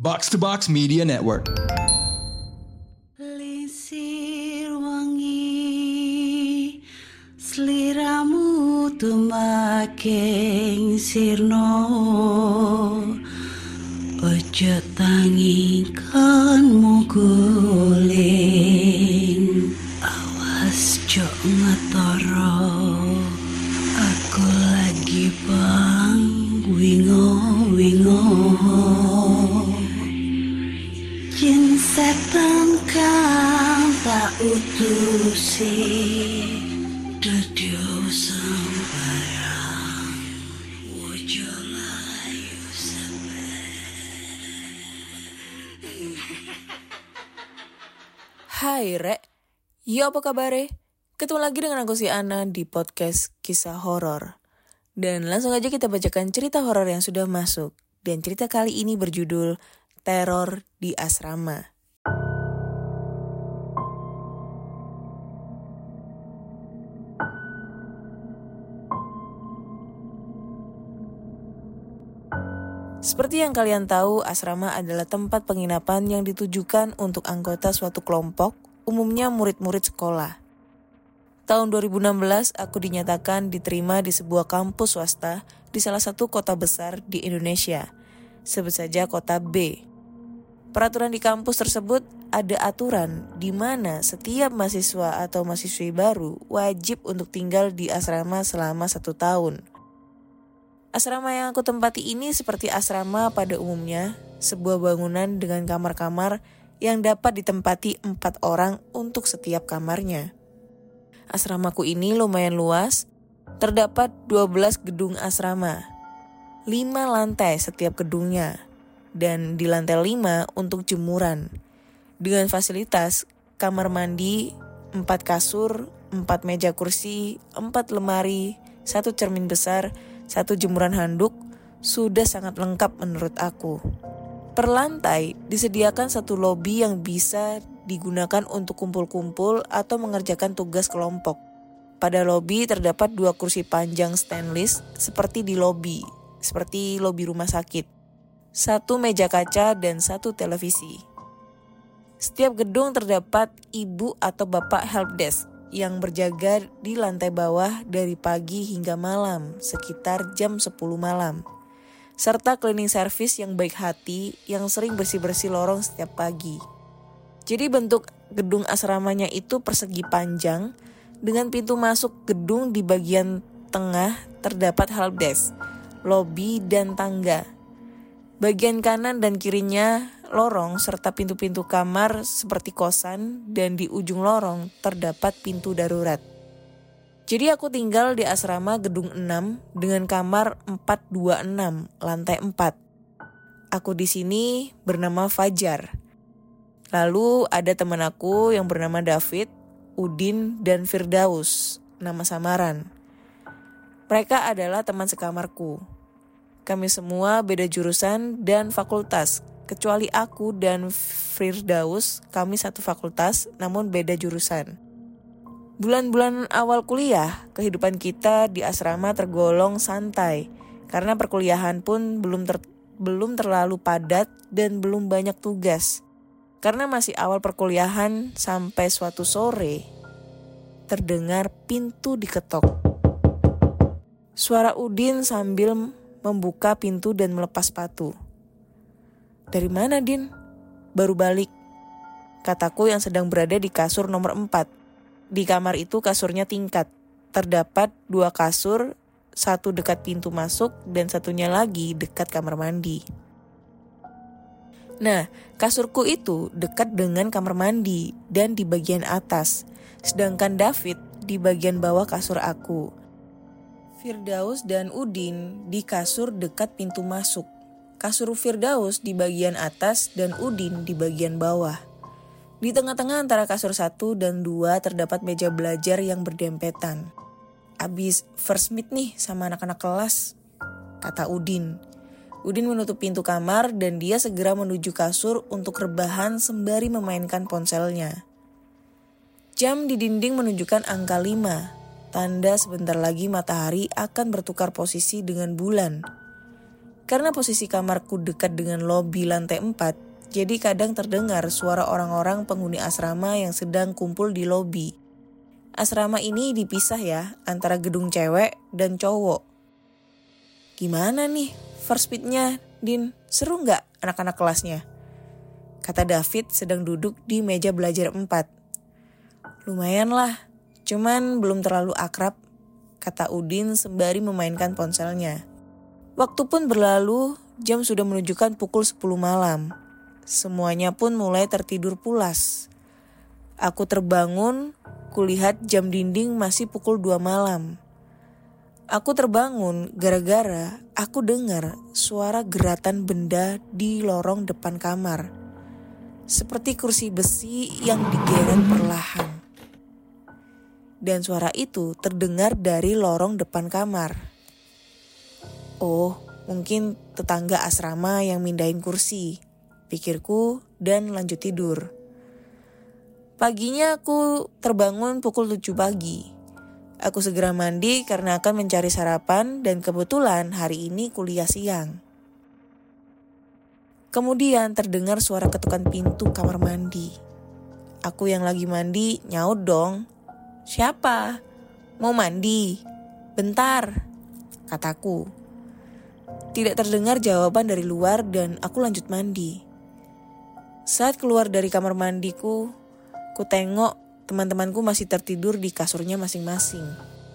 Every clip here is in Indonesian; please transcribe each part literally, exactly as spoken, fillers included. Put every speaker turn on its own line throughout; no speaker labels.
Box to Box Media Network.
Lisir wangi, sliramu tumaking sirno. Ojo tangi kanmu guling, awas jo ngetoro. Aku lagi bang wingo-wingo. Jin setan kang tak utusi, dadya sembarang wojo layu
Hai Rek, yo apa kabare? Ketemu lagi dengan aku si Ana di podcast Kisah Horor. Dan langsung aja kita bacakan cerita horor yang sudah masuk. Dan cerita kali ini berjudul Teror di Asrama. Seperti yang kalian tahu, asrama adalah tempat penginapan yang ditujukan untuk anggota suatu kelompok, umumnya murid-murid sekolah. Tahun dua ribu enam belas, aku dinyatakan diterima di sebuah kampus swasta di salah satu kota besar di Indonesia, sebut saja kota B. Peraturan di kampus tersebut ada aturan di mana setiap mahasiswa atau mahasiswi baru wajib untuk tinggal di asrama selama satu tahun. Asrama yang aku tempati ini seperti asrama pada umumnya, sebuah bangunan dengan kamar-kamar yang dapat ditempati empat orang untuk setiap kamarnya. Asramaku ini lumayan luas, terdapat dua belas gedung asrama, lima lantai setiap gedungnya, dan di lantai lima untuk jemuran. Dengan fasilitas kamar mandi, empat kasur, empat meja kursi, empat lemari, satu cermin besar, satu jemuran handuk, sudah sangat lengkap menurut aku. Per lantai disediakan satu lobi yang bisa digunakan untuk kumpul-kumpul atau mengerjakan tugas kelompok. Pada lobi terdapat dua kursi panjang stainless seperti di lobi, seperti lobi rumah sakit. Satu meja kaca dan satu televisi. Setiap gedung terdapat ibu atau bapak helpdesk yang berjaga di lantai bawah dari pagi hingga malam, sekitar jam sepuluh malam. Serta cleaning service yang baik hati yang sering bersih-bersih lorong setiap pagi. Jadi bentuk gedung asramanya itu persegi panjang, dengan pintu masuk gedung di bagian tengah terdapat helpdesk, lobi dan tangga. Bagian kanan dan kirinya lorong serta pintu-pintu kamar seperti kosan, dan di ujung lorong terdapat pintu darurat. Jadi aku tinggal di asrama gedung enam dengan kamar empat dua enam, lantai empat. Aku di sini bernama Fajar. Lalu ada teman aku yang bernama David, Udin, dan Firdaus, nama samaran. Mereka adalah teman sekamarku. Kami semua beda jurusan dan fakultas, kecuali aku dan Firdaus, kami satu fakultas namun beda jurusan. Bulan-bulan awal kuliah, kehidupan kita di asrama tergolong santai, karena perkuliahan pun belum ter, belum terlalu padat dan belum banyak tugas. Karena masih awal perkuliahan, sampai suatu sore terdengar pintu diketok. Suara Udin sambil membuka pintu dan melepas sepatu. "Dari mana, Din?" "Baru balik," kataku yang sedang berada di kasur nomor empat. Di kamar itu kasurnya tingkat. Terdapat dua kasur, satu dekat pintu masuk dan satunya lagi dekat kamar mandi. Nah, kasurku itu dekat dengan kamar mandi dan di bagian atas. Sedangkan David di bagian bawah kasur aku. Firdaus dan Udin di kasur dekat pintu masuk. Kasur Firdaus di bagian atas dan Udin di bagian bawah. Di tengah-tengah antara kasur satu dan dua terdapat meja belajar yang berdempetan. "Abis first meet nih sama anak-anak kelas," kata Udin. Udin menutup pintu kamar dan dia segera menuju kasur untuk rebahan sembari memainkan ponselnya. Jam di dinding menunjukkan angka lima. Tanda sebentar lagi matahari akan bertukar posisi dengan bulan. Karena posisi kamarku dekat dengan lobi lantai empat, jadi kadang terdengar suara orang-orang penghuni asrama yang sedang kumpul di lobi. Asrama ini dipisah ya antara gedung cewek dan cowok. Gimana nih first meet-nya, Din? Seru nggak anak-anak kelasnya? Kata David sedang duduk di meja belajar empat. Lumayan lah, cuman belum terlalu akrab, kata Udin sembari memainkan ponselnya. Waktu pun berlalu, jam sudah menunjukkan pukul sepuluh malam. Semuanya pun mulai tertidur pulas. Aku terbangun, kulihat jam dinding masih pukul dua malam. Aku terbangun gara-gara aku dengar suara geratan benda di lorong depan kamar. Seperti kursi besi yang digeret perlahan. Dan suara itu terdengar dari lorong depan kamar. Oh, mungkin tetangga asrama yang mindahin kursi, pikirku dan lanjut tidur. Paginya aku terbangun pukul tujuh pagi. Aku segera mandi karena akan mencari sarapan dan kebetulan hari ini kuliah siang. Kemudian terdengar suara ketukan pintu kamar mandi. Aku yang lagi mandi nyaut dong. Siapa? Mau mandi? Bentar, kataku. Tidak terdengar jawaban dari luar dan aku lanjut mandi. Saat keluar dari kamar mandiku, ku tengok teman-temanku masih tertidur di kasurnya masing-masing.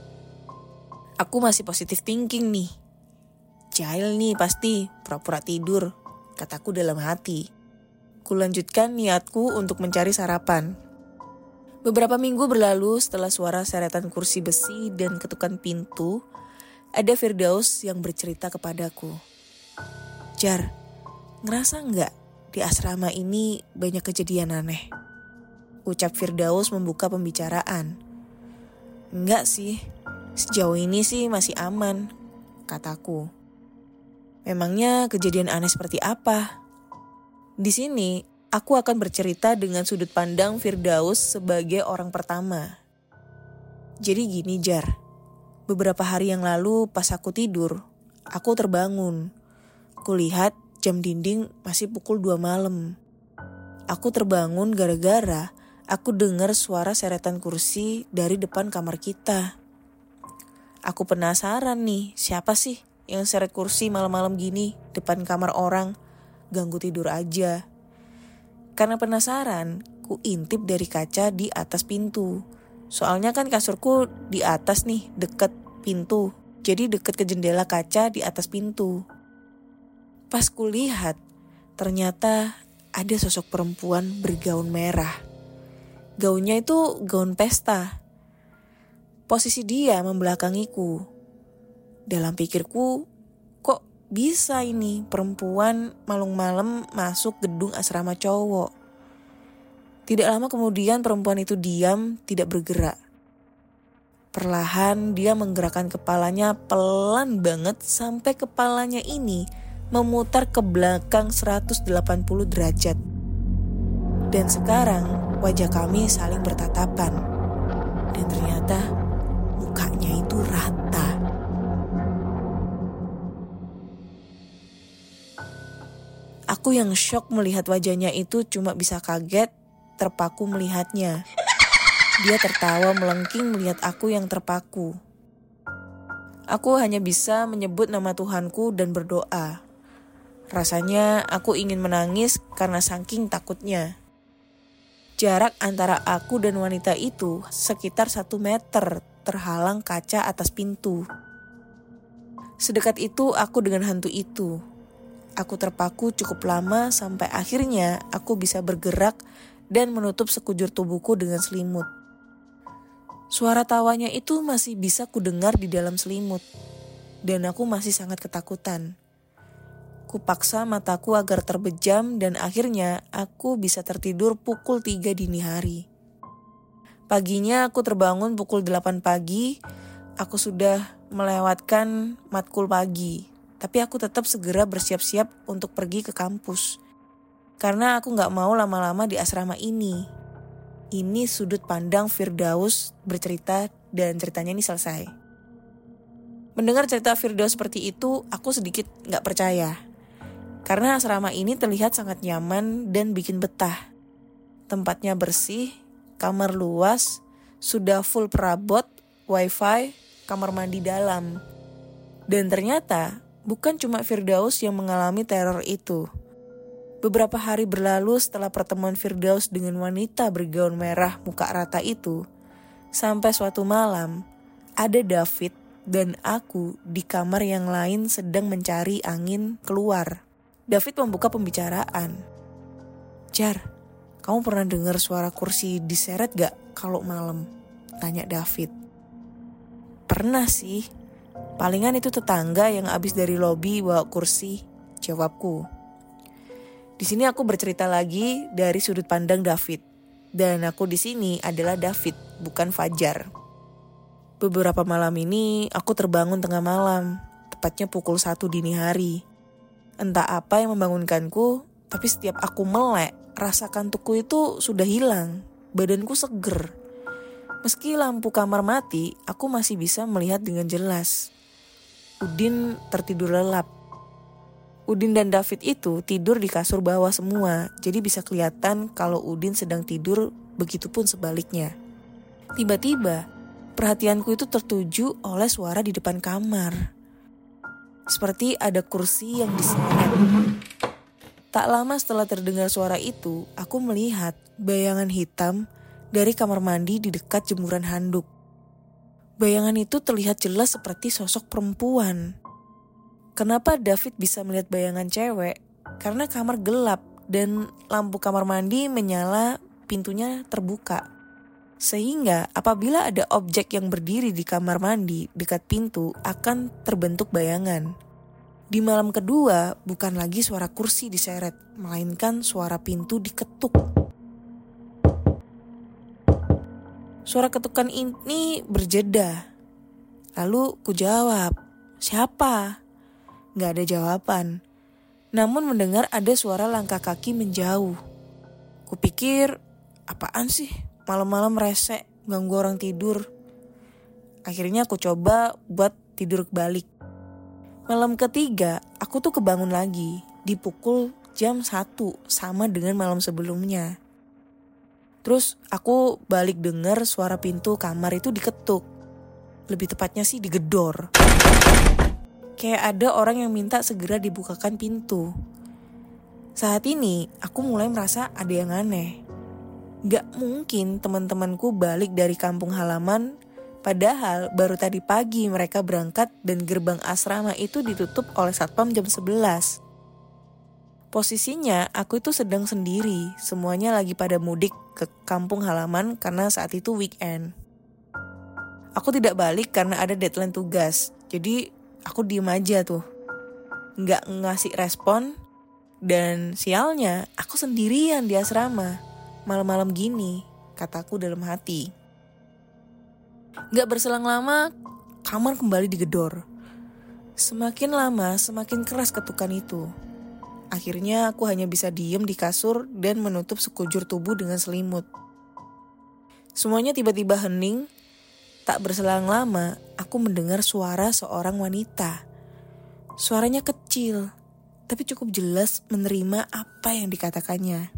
Aku masih positive thinking nih. Jahil nih pasti, pura-pura tidur, kataku dalam hati. Ku lanjutkan niatku untuk mencari sarapan. Beberapa minggu berlalu setelah suara seretan kursi besi dan ketukan pintu, ada Firdaus yang bercerita kepadaku. Jar, ngerasa nggak di asrama ini banyak kejadian aneh? Ucap Firdaus membuka pembicaraan. Enggak sih, sejauh ini sih masih aman, kataku. Memangnya kejadian aneh seperti apa? Di sini, aku akan bercerita dengan sudut pandang Firdaus sebagai orang pertama. Jadi gini Jar. Beberapa hari yang lalu pas aku tidur, aku terbangun. Kulihat jam dinding masih pukul dua malam. Aku terbangun gara-gara aku dengar suara seretan kursi dari depan kamar kita. Aku penasaran nih, siapa sih yang seret kursi malam-malam gini depan kamar orang? Ganggu tidur aja. Karena penasaran, ku intip dari kaca di atas pintu. Soalnya kan kasurku di atas nih, deket pintu. Jadi deket ke jendela kaca di atas pintu. Pas kulihat, ternyata ada sosok perempuan bergaun merah. Gaunnya itu gaun pesta. Posisi dia membelakangiku. Dalam pikirku, kok bisa ini perempuan malung-malem masuk gedung asrama cowok? Tidak lama kemudian perempuan itu diam, tidak bergerak. Perlahan dia menggerakkan kepalanya pelan banget sampai kepalanya ini memutar ke belakang seratus delapan puluh derajat. Dan sekarang wajah kami saling bertatapan. Dan ternyata mukanya itu rata. Aku yang syok melihat wajahnya itu cuma bisa kaget, terpaku melihatnya. Dia tertawa melengking melihat aku yang terpaku. Aku hanya bisa menyebut nama Tuhanku dan berdoa. Rasanya aku ingin menangis karena saking takutnya. Jarak antara aku dan wanita itu sekitar satu meter terhalang kaca atas pintu. Sedekat itu aku dengan hantu itu. Aku terpaku cukup lama sampai akhirnya aku bisa bergerak dan menutup sekujur tubuhku dengan selimut. Suara tawanya itu masih bisa kudengar di dalam selimut. Dan aku masih sangat ketakutan. Kupaksa mataku agar terbejam dan akhirnya aku bisa tertidur pukul tiga dini hari. Paginya aku terbangun pukul delapan pagi. Aku sudah melewatkan matkul pagi. Tapi aku tetap segera bersiap-siap untuk pergi ke kampus. Karena aku gak mau lama-lama di asrama ini. Ini sudut pandang Firdaus bercerita dan ceritanya ini selesai. Mendengar cerita Firdaus seperti itu, aku sedikit gak percaya. Karena asrama ini terlihat sangat nyaman dan bikin betah. Tempatnya bersih, kamar luas, sudah full perabot, wifi, kamar mandi dalam. Dan ternyata bukan cuma Firdaus yang mengalami teror itu. Beberapa hari berlalu setelah pertemuan Firdaus dengan wanita bergaun merah muka rata itu, sampai suatu malam ada David dan aku di kamar yang lain sedang mencari angin keluar. David membuka pembicaraan. "Jar, kamu pernah dengar suara kursi diseret gak kalau malam?" tanya David. "Pernah sih. Palingan itu tetangga yang abis dari lobi bawa kursi," jawabku. Di sini aku bercerita lagi dari sudut pandang David. Dan aku di sini adalah David, bukan Fajar. Beberapa malam ini aku terbangun tengah malam, tepatnya pukul satu dini hari. Entah apa yang membangunkanku, tapi setiap aku melek, rasa kantukku itu sudah hilang. Badanku seger. Meski lampu kamar mati, aku masih bisa melihat dengan jelas. Udin tertidur lelap. Udin dan David itu tidur di kasur bawah semua, jadi bisa kelihatan kalau Udin sedang tidur, begitupun sebaliknya. Tiba-tiba, perhatianku itu tertuju oleh suara di depan kamar. Seperti ada kursi yang diseret. Tak lama setelah terdengar suara itu, aku melihat bayangan hitam dari kamar mandi di dekat jemuran handuk. Bayangan itu terlihat jelas seperti sosok perempuan. Kenapa David bisa melihat bayangan cewek? Karena kamar gelap dan lampu kamar mandi menyala, pintunya terbuka. Sehingga apabila ada objek yang berdiri di kamar mandi dekat pintu akan terbentuk bayangan. Di malam kedua bukan lagi suara kursi diseret, melainkan suara pintu diketuk. Suara ketukan ini berjeda. Lalu ku jawab, "Siapa?" Gak ada jawaban. Namun mendengar ada suara langkah kaki menjauh. Kupikir, apaan sih? Malam-malam resek, ganggu orang tidur. Akhirnya aku coba buat tidur balik. Malam ketiga, aku tuh kebangun lagi. Dipukul jam satu, sama dengan malam sebelumnya. Terus aku balik dengar suara pintu kamar itu diketuk. Lebih tepatnya sih digedor. Kayak ada orang yang minta segera dibukakan pintu. Saat ini, aku mulai merasa ada yang aneh. Gak mungkin teman-temanku balik dari kampung halaman, padahal baru tadi pagi mereka berangkat dan gerbang asrama itu ditutup oleh satpam jam sebelas. Posisinya aku itu sedang sendiri, semuanya lagi pada mudik ke kampung halaman karena saat itu weekend. Aku tidak balik karena ada deadline tugas, jadi aku diem aja tuh. Gak ngasih respon, dan sialnya aku sendirian di asrama. Malam-malam gini, kataku dalam hati. Gak berselang lama, kamar kembali digedor. Semakin lama, semakin keras ketukan itu. Akhirnya aku hanya bisa diem di kasur dan menutup sekujur tubuh dengan selimut. Semuanya tiba-tiba hening. Tak berselang lama, aku mendengar suara seorang wanita. Suaranya kecil, tapi cukup jelas menerima apa yang dikatakannya.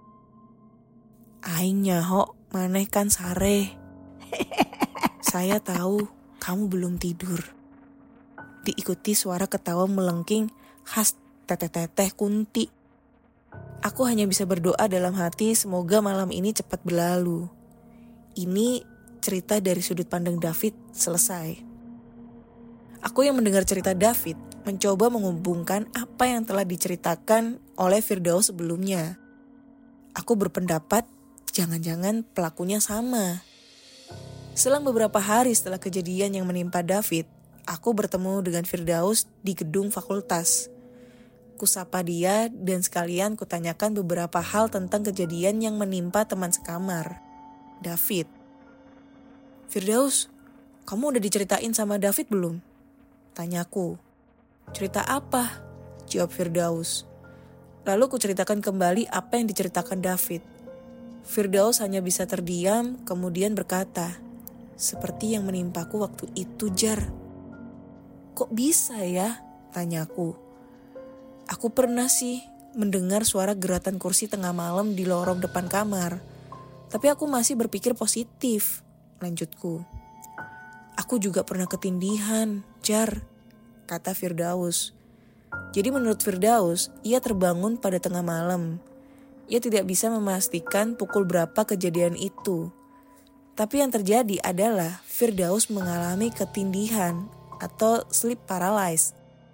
"Aing nyaho maneh kan sare. Saya tahu kamu belum tidur." Diikuti suara ketawa melengking khas teteh-teteh Kunti. Aku hanya bisa berdoa dalam hati semoga malam ini cepat berlalu. Ini cerita dari sudut pandang David selesai. Aku yang mendengar cerita David mencoba menghubungkan apa yang telah diceritakan oleh Firdaus sebelumnya. Aku berpendapat jangan-jangan pelakunya sama. Selang beberapa hari setelah kejadian yang menimpa David, aku bertemu dengan Firdaus di gedung fakultas. Kusapa dia dan sekalian kutanyakan beberapa hal tentang kejadian yang menimpa teman sekamar, David. "Firdaus, kamu udah diceritain sama David belum?" tanyaku. "Cerita apa?" jawab Firdaus. Lalu kuceritakan kembali apa yang diceritakan David. Firdaus hanya bisa terdiam, kemudian berkata, "Seperti yang menimpaku waktu itu, Jar." Kok bisa ya? Tanyaku. Aku pernah sih mendengar suara geratan kursi tengah malam di lorong depan kamar. Tapi aku masih berpikir positif, lanjutku. Aku juga pernah ketindihan, Jar, kata Firdaus. Jadi menurut Firdaus, ia terbangun pada tengah malam. Ia tidak bisa memastikan pukul berapa kejadian itu. Tapi yang terjadi adalah Firdaus mengalami ketindihan atau sleep paralysis.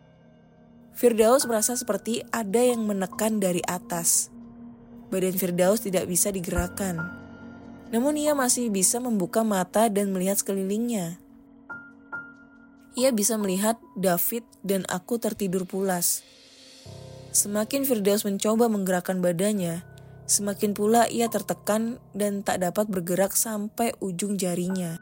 Firdaus merasa seperti ada yang menekan dari atas. Badan Firdaus tidak bisa digerakkan. Namun ia masih bisa membuka mata dan melihat sekelilingnya. Ia bisa melihat David dan aku tertidur pulas. Semakin Firdaus mencoba menggerakkan badannya, semakin pula ia tertekan dan tak dapat bergerak sampai ujung jarinya.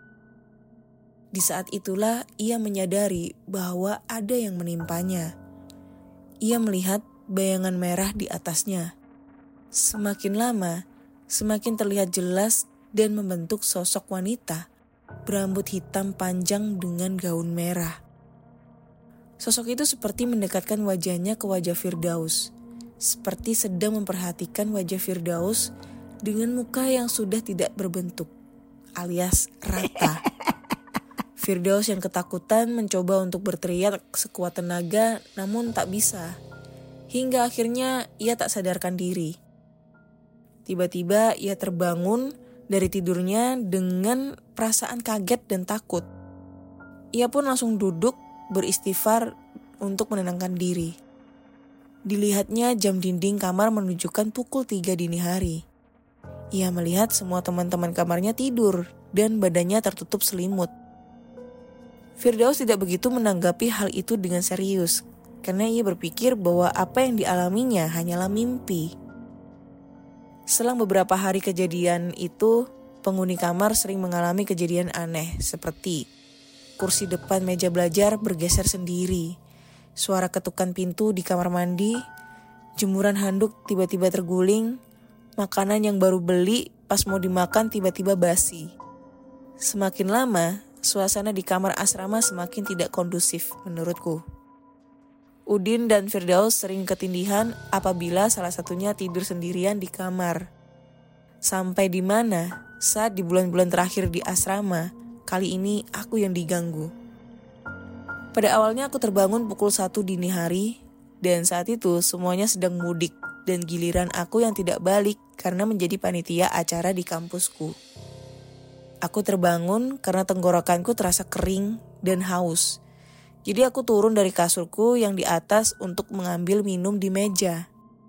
Di saat itulah ia menyadari bahwa ada yang menimpanya. Ia melihat bayangan merah di atasnya. Semakin lama, semakin terlihat jelas dan membentuk sosok wanita berambut hitam panjang dengan gaun merah. Sosok itu seperti mendekatkan wajahnya ke wajah Firdaus, seperti sedang memperhatikan wajah Firdaus dengan muka yang sudah tidak berbentuk, alias rata. Firdaus yang ketakutan mencoba untuk berteriak sekuat tenaga, namun tak bisa. Hingga akhirnya ia tak sadarkan diri. Tiba-tiba ia terbangun dari tidurnya dengan perasaan kaget dan takut. Ia pun langsung duduk beristighfar untuk menenangkan diri. Dilihatnya jam dinding kamar menunjukkan pukul tiga dini hari. Ia melihat semua teman-teman kamarnya tidur dan badannya tertutup selimut. Firdaus tidak begitu menanggapi hal itu dengan serius, karena ia berpikir bahwa apa yang dialaminya hanyalah mimpi. Selang beberapa hari kejadian itu, penghuni kamar sering mengalami kejadian aneh seperti kursi depan meja belajar bergeser sendiri, suara ketukan pintu di kamar mandi, jemuran handuk tiba-tiba terguling, makanan yang baru beli pas mau dimakan tiba-tiba basi. Semakin lama, suasana di kamar asrama semakin tidak kondusif menurutku. Udin dan Firdaus sering ketindihan apabila salah satunya tidur sendirian di kamar. Sampai di mana saat di bulan-bulan terakhir di asrama, kali ini aku yang diganggu. Pada awalnya aku terbangun pukul satu dini hari dan saat itu semuanya sedang mudik dan giliran aku yang tidak balik karena menjadi panitia acara di kampusku. Aku terbangun karena tenggorokanku terasa kering dan haus. Jadi aku turun dari kasurku yang di atas untuk mengambil minum di meja.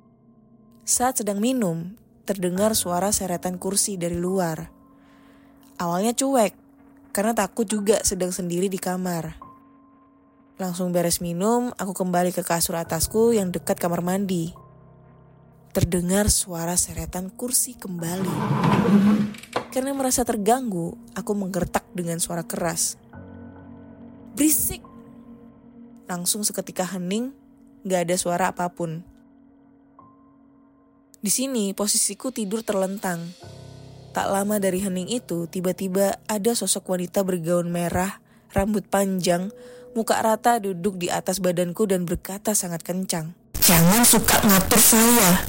Saat sedang minum, terdengar suara seretan kursi dari luar. Awalnya cuek, karena takut juga sedang sendiri di kamar. Langsung beres minum, aku kembali ke kasur atasku yang dekat kamar mandi. Terdengar suara seretan kursi kembali. Karena merasa terganggu, aku menggertak dengan suara keras. Berisik! Langsung seketika hening, gak ada suara apapun. Di sini posisiku tidur terlentang. Tak lama dari hening itu, tiba-tiba ada sosok wanita bergaun merah, rambut panjang, muka rata duduk di atas badanku dan berkata sangat kencang. Jangan suka ngatur saya.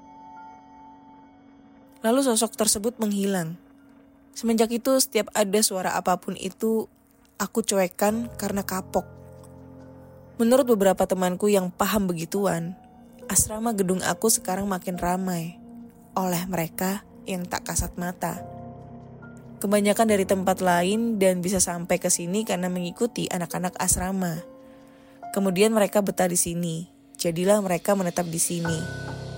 Lalu sosok tersebut menghilang. Semenjak itu setiap ada suara apapun itu, aku cuekkan karena kapok. Menurut beberapa temanku yang paham begituan, asrama gedung aku sekarang makin ramai oleh mereka yang tak kasat mata. Kebanyakan dari tempat lain dan bisa sampai ke sini karena mengikuti anak-anak asrama. Kemudian mereka betah di sini, jadilah mereka menetap di sini.